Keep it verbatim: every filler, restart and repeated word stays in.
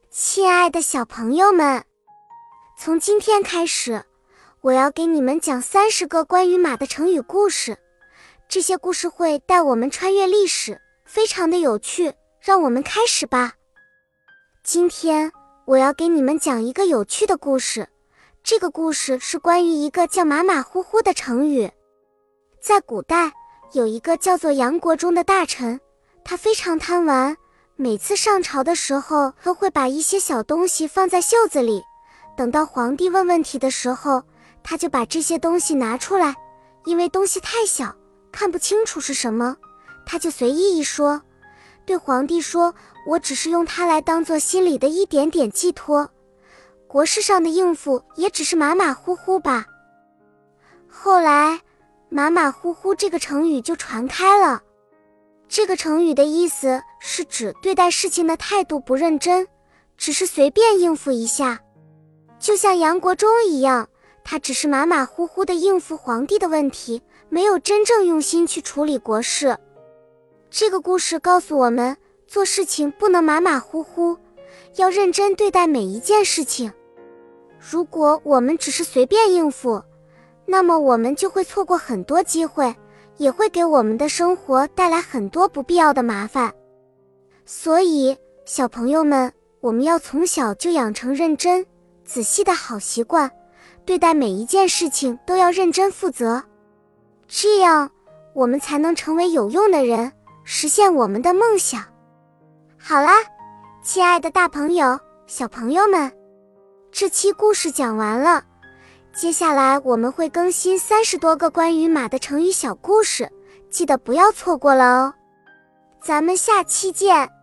亲爱的小朋友们，从今天开始，我要给你们讲三十个关于马的成语故事。这些故事会带我们穿越历史，非常的有趣。让我们开始吧。今天我要给你们讲一个有趣的故事。这个故事是关于一个叫马马虎虎的成语。在古代，有一个叫做杨国忠的大臣，他非常贪玩，每次上朝的时候都会把一些小东西放在袖子里，等到皇帝问问题的时候，他就把这些东西拿出来，因为东西太小，看不清楚是什么，他就随意一说，对皇帝说，我只是用它来当做心里的一点点寄托，国事上的应付也只是马马虎虎吧。后来马马虎虎这个成语就传开了。这个成语的意思是指对待事情的态度不认真，只是随便应付一下。就像杨国忠一样，他只是马马虎虎地应付皇帝的问题，没有真正用心去处理国事。这个故事告诉我们，做事情不能马马虎虎，要认真对待每一件事情。如果我们只是随便应付，那么我们就会错过很多机会，也会给我们的生活带来很多不必要的麻烦。所以，小朋友们，我们要从小就养成认真、仔细的好习惯，对待每一件事情都要认真负责。这样，我们才能成为有用的人，实现我们的梦想。好啦，亲爱的大朋友、小朋友们，这期故事讲完了。接下来我们会更新三十多个关于马的成语小故事，记得不要错过了哦。咱们下期见。